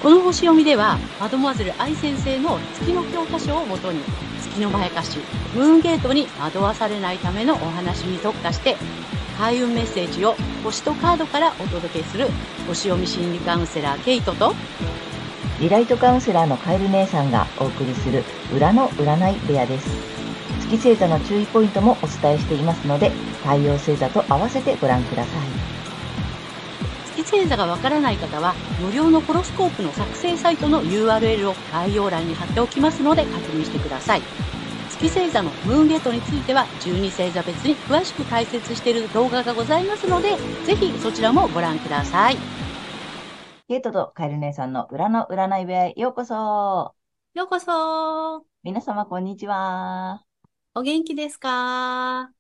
この星読みでは、マドモアゼル愛先生の月の教科書をもとに、月のまやかし、ムーンゲートに惑わされないためのお話に特化して、開運メッセージを星とカードからお届けする星読み心理カウンセラーケイトと、 リライトカウンセラーのカエル姉さんがお送りする裏の占い部屋です。月星座の注意ポイントもお伝えしていますので、太陽星座と合わせてご覧ください。 月星座がわからない方は、無料のホロスコープの作成サイトの URL を概要欄に貼っておきますので確認してください。月星座のムーンゲートについては12星座別に詳しく解説している動画がございますので、ぜひそちらもご覧ください。 ケイトとカエル姉さんの裏の占い部屋へようこそ。 ようこそ。 皆様こんにちは。 お元気ですか？ はい、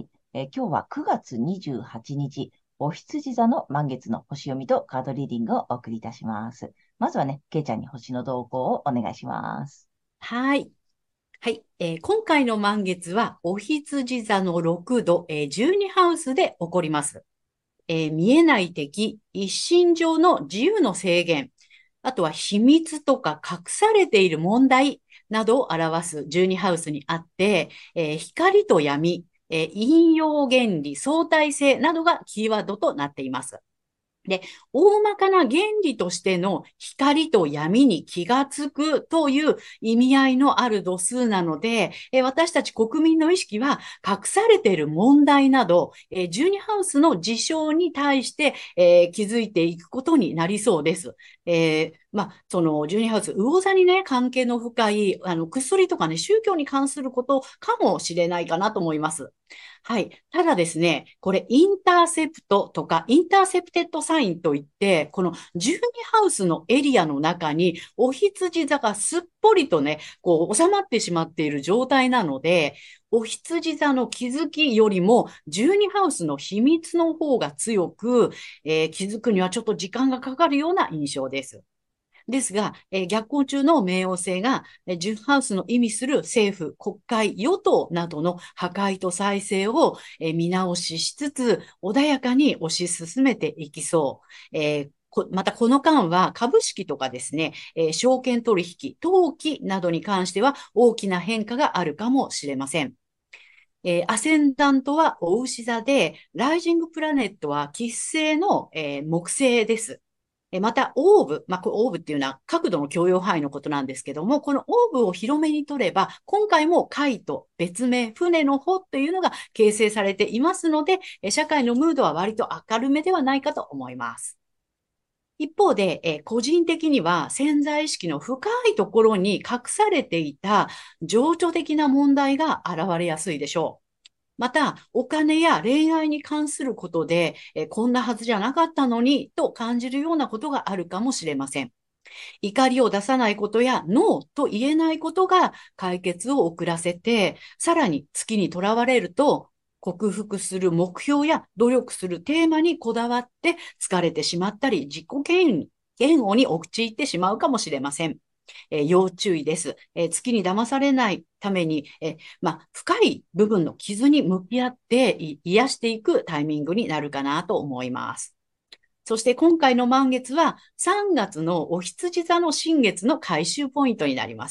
今日は9月28日、お羊座の満月の星読みとカードリーディングをお送りいたします。まずはね、ケイちゃんに星の動向をお願いします。 はい。はい、今回の満月は、お羊座の6度、12ハウスで起こります。見えない敵、一身上の自由の制限、あとは秘密とか隠されている問題などを表す12ハウスにあって、光と闇、引用原理、相対性などがキーワードとなっています。で、大まかな原理としての光と闇に気がつくという意味合いのある度数なので、私たち国民の意識は隠されている問題など、12ハウスの事象に対して、気づいていくことになりそうです。その12ハウス、魚座にね、関係の深い、薬とかね、宗教に関することかもしれないかなと思います。はい。ただですね、これ、インターセプトとか、インターセプテッドサインといって、この12ハウスのエリアの中に、お羊座がすっぽりとね、こう、収まってしまっている状態なので、お羊座の気づきよりも、12ハウスの秘密の方が強く、気づくにはちょっと時間がかかるような印象です。ですが、逆行中の冥王星が、ジュンハウスの意味する政府、国会、与党などの破壊と再生を、見直ししつつ、穏やかに推し進めていきそう。またこの間は株式とかですね、証券取引、登記などに関しては大きな変化があるかもしれません。アセンダントはお牛座で、ライジングプラネットは吉星の、木星です。また、オーブ、これオーブっていうのは角度の許容範囲のことなんですけども、このオーブを広めに取れば、今回も貝と別名、船の帆というのが形成されていますので、社会のムードは割と明るめではないかと思います。一方で、個人的には潜在意識の深いところに隠されていた情緒的な問題が現れやすいでしょう。また、お金や恋愛に関することで、こんなはずじゃなかったのに、と感じるようなことがあるかもしれません。怒りを出さないことや、ノーと言えないことが解決を遅らせて、さらに月にとらわれると、克服する目標や努力するテーマにこだわって疲れてしまったり、自己嫌悪に陥ってしまうかもしれません。要注意です。月に騙されないために、深い部分の傷に向き合って癒していくタイミングになるかなと思います。そして今回の満月は3月のお羊座の新月の回収ポイントになります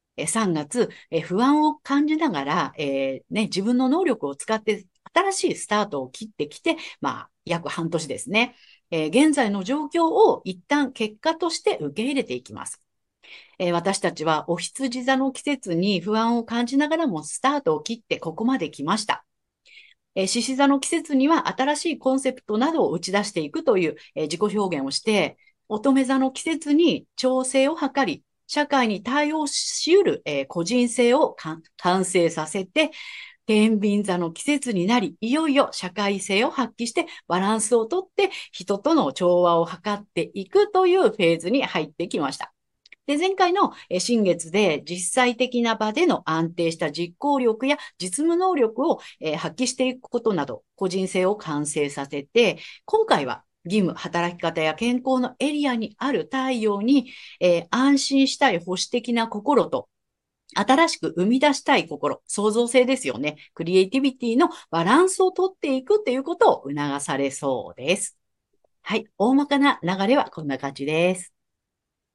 。3月、不安を感じながら、自分の能力を使って新しいスタートを切ってきて、約半年ですね。現在の状況を一旦結果として受け入れていきます。私たちはお羊座の季節に不安を感じながらもスタートを切ってここまで来ました。獅子座の季節には新しいコンセプトなどを打ち出していくという、自己表現をして、乙女座の季節に調整を図り、社会に対応し得る、個人性を完成させて、天秤座の季節になり、いよいよ社会性を発揮してバランスをとって人との調和を図っていくというフェーズに入ってきました。で、前回の新月で実際的な場での安定した実行力や実務能力を発揮していくことなど、個人性を完成させて、今回は義務、働き方や健康のエリアにある太陽に、安心したい保守的な心と、新しく生み出したい心、創造性ですよね。クリエイティビティのバランスをとっていくということを促されそうです。はい。大まかな流れはこんな感じです。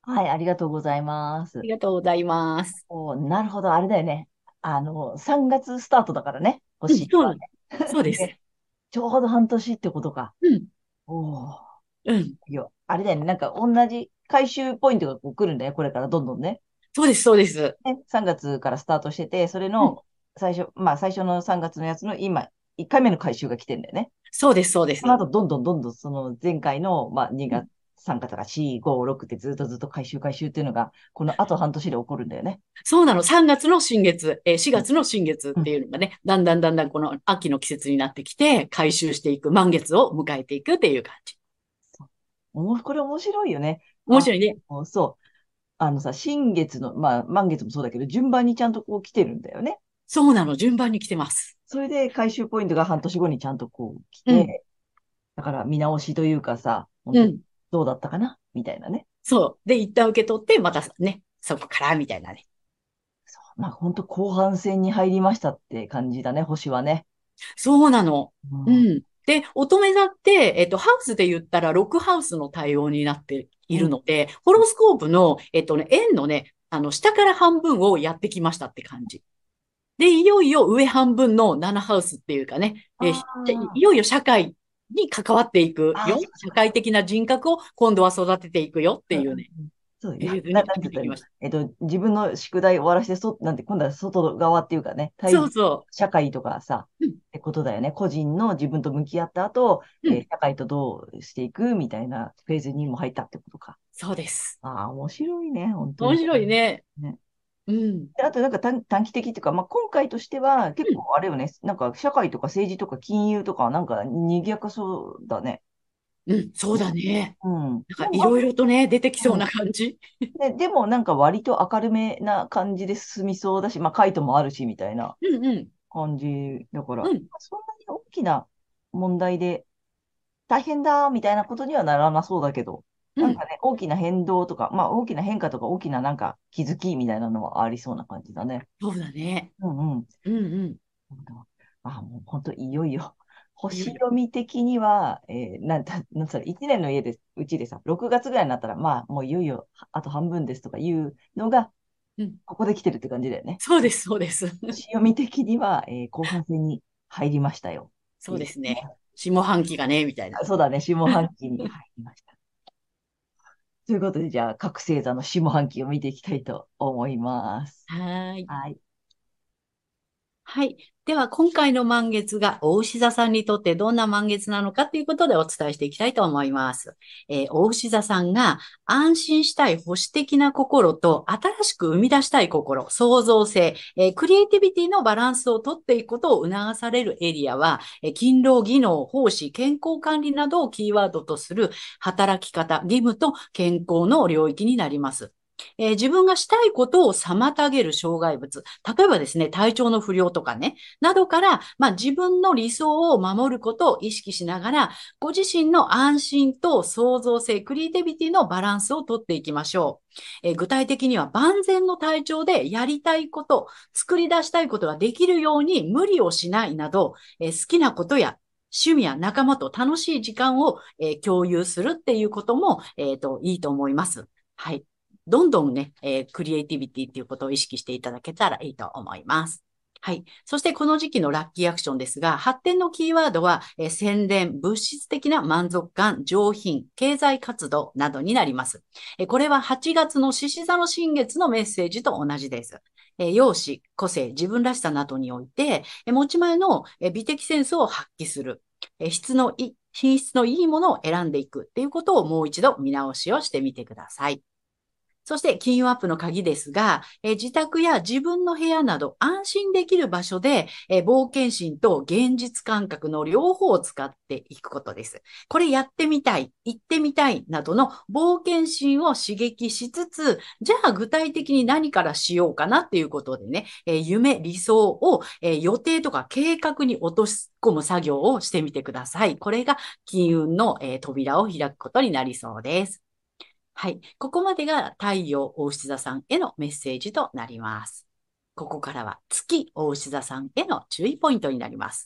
はい、ありがとうございます。 りがとうございます。 なるほど、あれだよね。3月スタートだからね、 うん、 星はそう、そうね。 です。 で、ちょうど半年ってことか。 うん、 おー、 うん。 いや、あれだよね。なんか同じ回収ポイントがこう来るんだよ。これからどんどんね。 そうです、そうです。 ね、3月からスタートしてて、それうん、 の最初の3月のやつの今、1回目の回収が来てんだよね。 そうです、そうです。 この後、どんどん、その前回の、2 うん、 月、3月とか4、5、6ってずっと回収っていうのが、この後半年で起こるんだよね。 そうなの。3月の新月、4 うん。 月の新月うん。 っていうのがね、だんだんだんだんこの秋の季節になってきて、回収していく、満月を迎えていくっていう感じ。 そうこれ面白いよね。あ、 面白いね。 そう。新月の、満月もそうだけど、順番にちゃんとこう来てるんだよね。 そうなの。順番に来てます。 それで回収ポイントが半年後にちゃんとこう来うん、 て、だから見直しというかさ、本当にうん。 どうだったかなみたいなね。 そう。で、一旦受け取って、またね、そこからみたいなね。 本当後半戦に入りましたって感じだね、星はね。 そうなの。 うん。 うん。で、乙女座って、ハウスで言ったら6ハウスの対応になっていうん。 るので、ホロスコープの、円のね、下から半分をやってきましたって感じ。で、いよいよ上半分の7ハウスっていうかね、いあよいよ社会に関わっていくあ、 よ。 そっかそっか。 社会的な人格を今度は育てていくよってうんいうね、 うんうん。そうフェや、 ーズに入なんて言ったらいいの。 ってきました。 自分の宿題終わらせて、なんて、今度は外側っていうかね、 そうそ社会とかさ、 う。うん、 ってことだよね。個人の自分と向き合った後、 うん、 社会とどうしていくみたいなフェーズにも入ったってことか。 そうです。 ああ、面白いね、本当に。 面白いね。 ね。 うん、 であとなんか短期的っていうか、今回としては結うん、 構あれよね、なんか社会とか政治とか金融とかなんか賑やかそうだね。 うん、そうだね。 うん。 なんかいろいろとね、出てきそうな感じ。 でもなんか割と明るめな感じで進みそうだし、カイトもあるしみたいなうん、うん、 感じだから、 うん、 そんなに大きな問題で大変だみたいなことにはならなそうだけど、 うん。 なんかね、大きな変動とか、大きな変化とか大きななんか気づきみたいなのはありそうな感じだね。 そうだね。 うんうん。 うん、うん。 もう本当いよいよ。 いよいよ。 星読み的には、なんつうの、1年のうちでさ、6月ぐらいになったら、もういよいよ、あと半分ですとかいうのが、 うん。 ここで来てるって感じだよね。 そうです、そうです。 星読み的には、後半戦に入りましたよ。 そういいですね。 ですね。 下半期がね、みたいな。 そうだね、下半期に入りました。ということで、じゃあ、各星座の下半期を見ていきたいと思います。 はーい。 はい。 はい。では、今回の満月が、お牛座さんにとってどんな満月なのかということでお伝えしていきたいと思います。お牛座さんが安心したい保守的な心と新しく生み出したい心、創造性、クリエイティビティのバランスをとっていくことを促されるエリアは、勤労、技能、奉仕、健康管理などをキーワードとする働き方、義務と健康の領域になります。自分がしたいことを妨げる障害物、例えばですね、体調の不良とかね、などから、自分の理想を守ることを意識しながら、ご自身の安心と創造性、クリエイティビティのバランスをとっていきましょう。具体的には万全の体調でやりたいこと、作り出したいことができるように無理をしないなど、好きなことや趣味や仲間と楽しい時間を、共有するっていうことも、いいと思います。はい。どんどんね、クリエイティビティっていうことを意識していただけたらいいと思います。はい。そしてこの時期のラッキーアクションですが、発展のキーワードは、宣伝、物質的な満足感、上品、経済活動などになります。これは8月の獅子座の新月のメッセージと同じです。容姿、個性、自分らしさなどにおいて、持ち前の美的センスを発揮する。品質のいいものを選んでいくっていうことをもう一度見直しをしてみてください。そして金融アップの鍵ですが、自宅や自分の部屋など安心できる場所で、冒険心と現実感覚の両方を使っていくことです。これやってみたい、行ってみたいなどの冒険心を刺激しつつ、じゃあ具体的に何からしようかなっていうことでね、夢、理想を、予定とか計画に落とし込む作業をしてみてください。これが金運の、扉を開くことになりそうです。はい。ここまでが太陽大牛座さんへのメッセージとなります。ここからは月大牛座さんへの注意ポイントになります。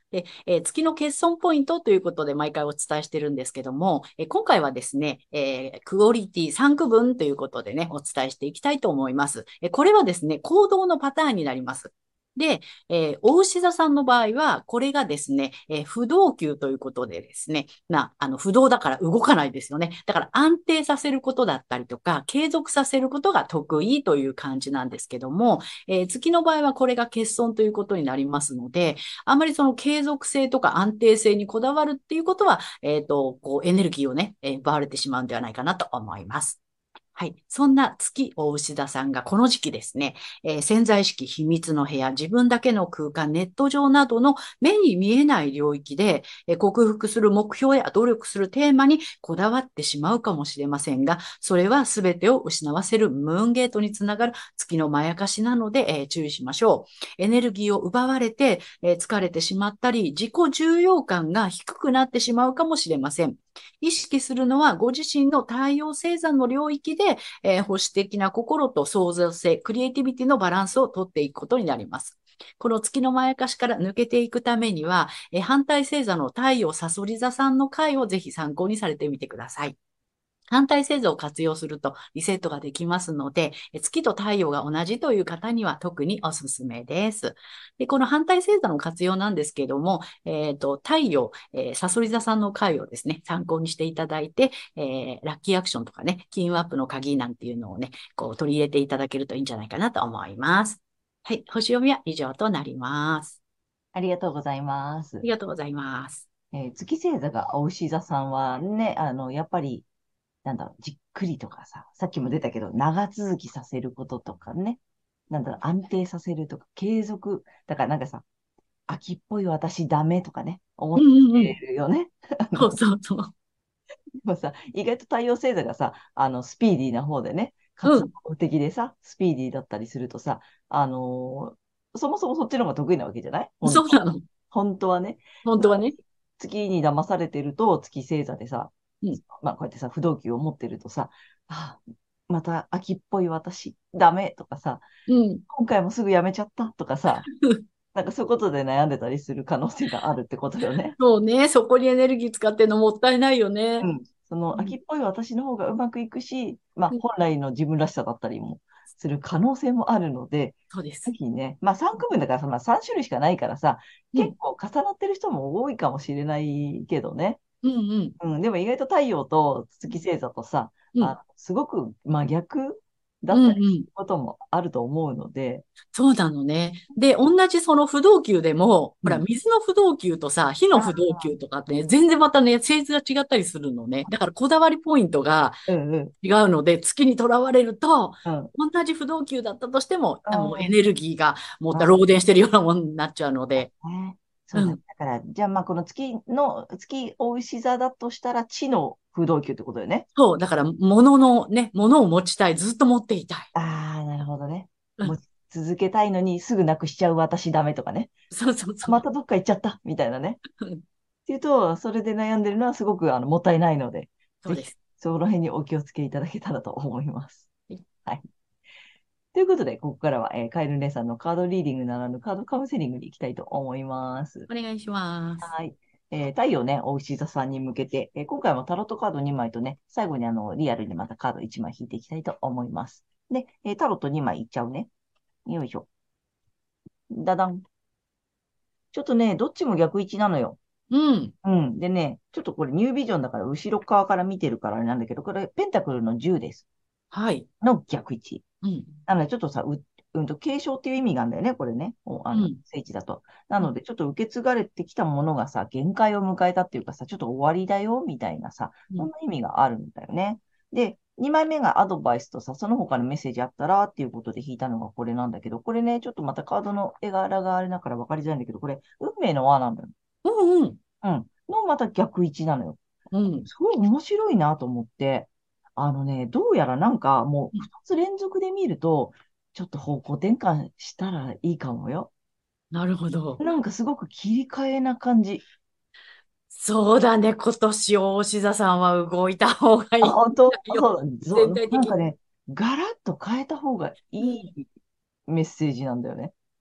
月の欠損ポイントということで毎回お伝えしてるんですけども、今回はですね、クオリティ3区分ということでね、お伝えしていきたいと思います。これはですね、行動のパターンになります。で、大牛座さんの場合は、これがですね、不動級ということでですね、不動だから動かないですよね。だから安定させることだったりとか、継続させることが得意という感じなんですけども、月の場合はこれが欠損ということになりますので、あまりその継続性とか安定性にこだわるっていうことは、こうエネルギーをね、奪われてしまうんではないかなと思います。はい。そんな月大牛田さんがこの時期ですね、潜在意識秘密の部屋、自分だけの空間、ネット上などの目に見えない領域で、克服する目標や努力するテーマにこだわってしまうかもしれませんが、それは全てを失わせるムーンゲートにつながる月のまやかしなので、注意しましょう。エネルギーを奪われて、疲れてしまったり、自己重要感が低くなってしまうかもしれません。意識するのはご自身の太陽星座の領域で、保守的な心と創造性、クリエイティビティのバランスをとっていくことになります。この月のまやかしから抜けていくためには、反対星座の太陽さそり座さんの回をぜひ参考にされてみてください。反対星座を活用するとリセットができますので、月と太陽が同じという方には特におすすめです。で、この反対星座の活用なんですけれども、太陽、さそり座さんの回をですね、参考にしていただいて、ラッキーアクションとかね、金運アップの鍵なんていうのをね、こう取り入れていただけるといいんじゃないかなと思います。はい、星読みは以上となります。 ありがとうございまあす。 りがとうございます。 月星座がお牛座さんはね、やっぱり、なんだろう、じっくりとかさ、さっきも出たけど、長続きさせることとかね、なんだろう、安定させるとか、継続。だからなんかさ、秋っぽい私ダメとかね、思うっんうんうん。 てるよね。 そうそうそう。 でもさ、意外と太陽星座がさ、スピーディーな方でね、活うん。 動的でさ、スピーディーだったりするとさ、そもそもそっちの方が得意なわけじゃない本当は。 そうなの。 本当はね。なのに本当はね。 月に騙されてると、月星座でさ、 うん。 まあこうやってさ、不動級を持ってるとさ、あ、また秋っぽい私、ダメとかさ、 うん。 今回もすぐやめちゃったとかさ、なんかそういうことで悩んでたりする可能性があるってことよね。 そうね、そこにエネルギー使ってるのもったいないよね。 うん。そのうん、 秋っぽい私の方がうまくいくし、まあうん、 本来の自分らしさだったりもする可能性もあるので、 そうです。 ぜひね、まあ3区分だからさ、まあ3種類しかないからさ、 うん、 結構重なってる人も多いかもしれないけどね。 うん、うん、 うん、でも意外と太陽と月星座とさ、 うん、 すごく真逆だうん、 ったりうん。 することもあると思うので、 そうなのね。で、同じその不動級でも、ほら、 うん。 水の不動級とさ、火の不動級とかってね、全然またね、性質が違ったりするのね。だからこだわりポイントがうんうん違うので、月にとらわれると、 うん。 同じ不動級だったとしても、もうエあネルギーがもうあ、 漏電してるようなものになっちゃうので、 ね。そうだね。 うん。 だから、じゃあまあこの月お牛座だとしたら地の不動級ってことよね。 そう、だから物のね、物を持ちたい、ずっと持っていたい。 ああ、なるほどね。持うん。 ち続けたいのにすぐなくしちゃう私ダメとかね。 そうそうそう。 またどっか行っちゃったみたいなね。 うん、 っていうと、それで悩んでるのはすごくもったいないので、ぜひそうです。 その辺にお気をつけいただけたらと思います。 はい、 はい。ということで、ここからは、カエル姉さんのカードリーディングならぬカードカウンセリングに行きたいと思います。 お願いします。 はい。太陽ね、お牛座さんに向けて、今回もタロットカード2枚とね、最後にリアルにまたカード1枚引いていきたいと思います。で、タロット2枚いっちゃうね。よいしょ。ダダン。ちょっとね、どっちも逆位置なのよ。 うん。 うん。でね、ちょっとこれニュービジョンだから後ろ側から見てるからあれなんだけど、これペンタクルの10です。 はい。 の逆位置。 うん。 なので、ちょっとさ、継承っていう意味があるんだよね、これね。 うん。 聖地だと。なので、ちょっと受け継がれてきたものがさ、限界を迎えたっていうかさ、ちょっと終わりだよ、みたいなさ、 うん。 そんな意味があるんだよね。で、2枚目がアドバイスとさ、その他のメッセージあったらっていうことで引いたのがこれなんだけど、これね、ちょっとまたカードの絵柄があれだから分かりづらいんだけど、これ、運命の輪なのよ。 うん。うん。 うん。のまた逆位置なのよ。 うん。 すごい面白いなと思って、どうやらなんかもう2つ連続で見ると、ちょっと方向転換したらいいかもよ。 なるほど。 なんかすごく切り替えな感じ。 そうだね。今年、大志座さんは動いた方がいあ、 いん本当だよ。 そう、 全体的に。 なんかね、ガラッと変えた方がうん。 いいメッセージなんだよね。 うん。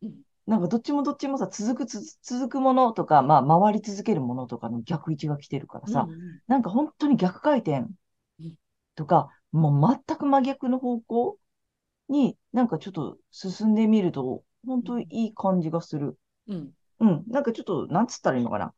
なんかどっちもどっちもさ、続くものとか、まあ、回り続けるものとかの逆位置が来てるからさ、 うん、 なんか本当に逆回転うん、 とか、もう全く真逆の方向になんかちょっと進んでみると、本当にいい感じがする。 うん、 うん。なんかちょっと、なんつったらいいのかな。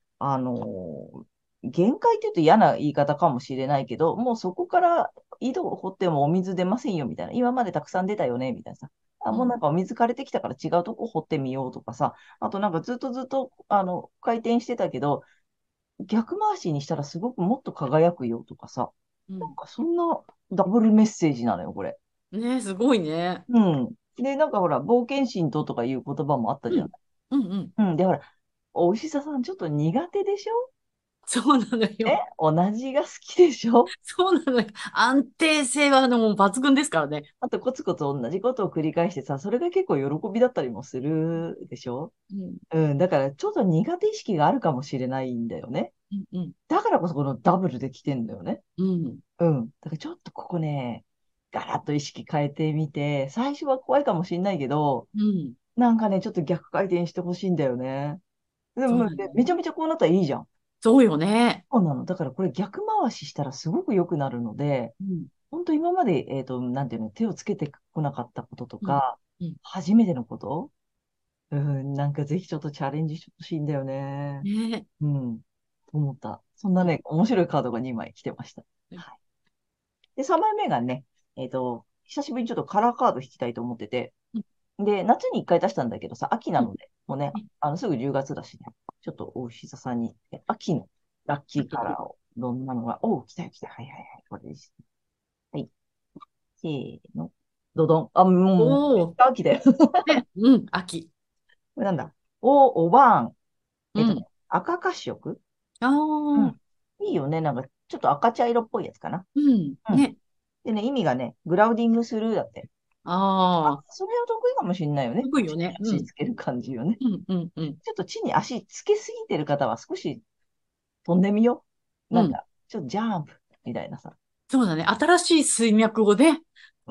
限界って言うと嫌な言い方かもしれないけど、もうそこから井戸を掘ってもお水出ませんよみたいな。今までたくさん出たよねみたいなさ。あ、 うん、 もうなんかお水枯れてきたから違うとこ掘ってみようとかさ。あとなんかずっと、回転してたけど、逆回しにしたらすごくもっと輝くよとかさ。 うん。 なんかそんなダブルメッセージなのよ、これ。 ね、すごいね。 うん。で、なんかほら、冒険心とかいう言葉もあったじゃん。 うん、うん、うん。 うん。で、ほら、お医者さんちょっと苦手でしょ？ そうなのよ。 同じが好きでしょ？ そうなのよ。安定性はもう抜群ですからね。 あとコツコツ同じことを繰り返してさ、それが結構喜びだったりもするでしょ？ うん、 うん。だからちょっと苦手意識があるかもしれないんだよね。 うん、うん、 だからこそこのダブルで来てんだよね。 うん、 うん。だからちょっとここね、ガラッと意識変えてみて、最初は怖いかもしれないけど、 うん。 なんかね、ちょっと逆回転してほしいんだよね。でも、 そうなのよ。 めちゃめちゃこうなったらいいじゃん。 そうよね。 そうなの。だからこれ逆回ししたらすごく良くなるので、 うん、 本当今まで、なんていうの、手をつけてこなかったこととうん、 か、 うん。 初めてのこと、なんかぜひちょっとチャレンジしてほしいんだよね。 ね。 うん、と思った。そんなね、面白いカードが2枚来てました。はい。で、3枚目がね、久しぶりにちょっとカラーカード引きたいと思ってて、 うん、 で、夏に1回出したんだけどさ、秋なうん、 ので、もうね、 うん。 すぐ10月だしね、ちょっとお牛座さんに、秋のラッキーカラーを、どんなのが、来たよ来た。はいはいはい、これです。はい。せーの。ドドン。あ、もう、 おお。 秋だよ。 ね。うん、秋。 これなんだ。おばん。 うん。 赤褐色。 ああ、 うん。いいよね。なんか、ちょっと赤茶色っぽいやつかな。 うん。 うん。 ね。 でね、意味がね、グラウディングするだって。 ああ、 それは得意かもしれないよね。地にすごいよね。うん、 足つける感じよね。 うん、うん、うん。 ちょっと地に足つけすぎてる方は少し飛んでみよう。 うん。 なんか、ちょっとジャンプみたいなさ。 そうだね。新しい水脈をね。 うん、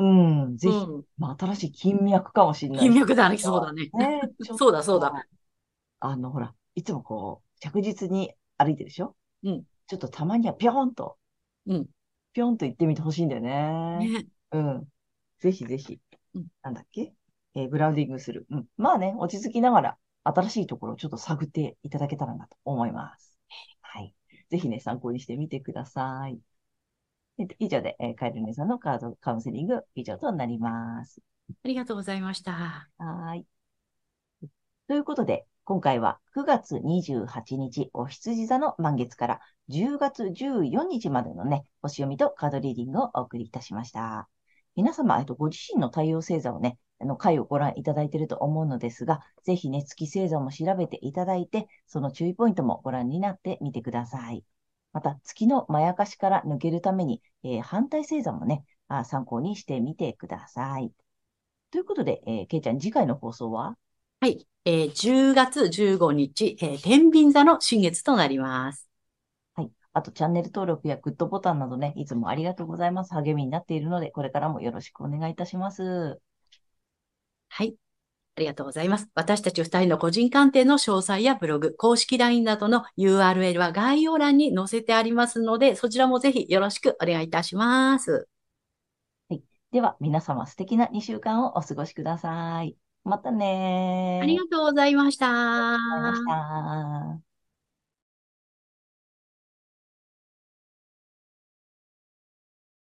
ぜひ。 うん。 まあ、新しい金脈かもしれないし。 金脈で歩きそうだね。 ね、ちょっそうだ、そうだ。 と、ほら、いつもこう、着実に歩いてるでしょ？ うん、 ちょっとたまにはうん。 ぴょんと行ってみてほしいんだよね。 ね。 うん。ぜひぜひ。 うん。 なんだっけ？グラウディングする。うん。まあね、落ち着きながら、新しいところをちょっと探っていただけたらなと思います。はい。ぜひね、参考にしてみてください。以上で、カエル姉さんのカードカウンセリング以上となります。 ありがとうございました。 はい。ということで、今回は9月28日、お羊座の満月から10月14日までのね、星読みとカードリーディングをお送りいたしました。皆様、ご自身の太陽星座をね、回をご覧いただいていると思うのですが、ぜひね、月星座も調べていただいて、その注意ポイントもご覧になってみてください。また、月のまやかしから抜けるために、反対星座もね、参考にしてみてください。ということで、けいちゃん、次回の放送は？ はい。10月15日、天秤座の新月となります。 はい。あと、チャンネル登録やグッドボタンなどね、いつもありがとうございます。励みになっているので、これからもよろしくお願いいたします。 はい。ありがとうございます。私たち二人の個人鑑定の詳細やブログ、公式 LINE などの URL は概要欄に載せてありますので、そちらもぜひよろしくお願いいたします。 はい。では、皆様素敵な2週間をお過ごしください。またねー。 ありがとうございましありがとうございました。 た。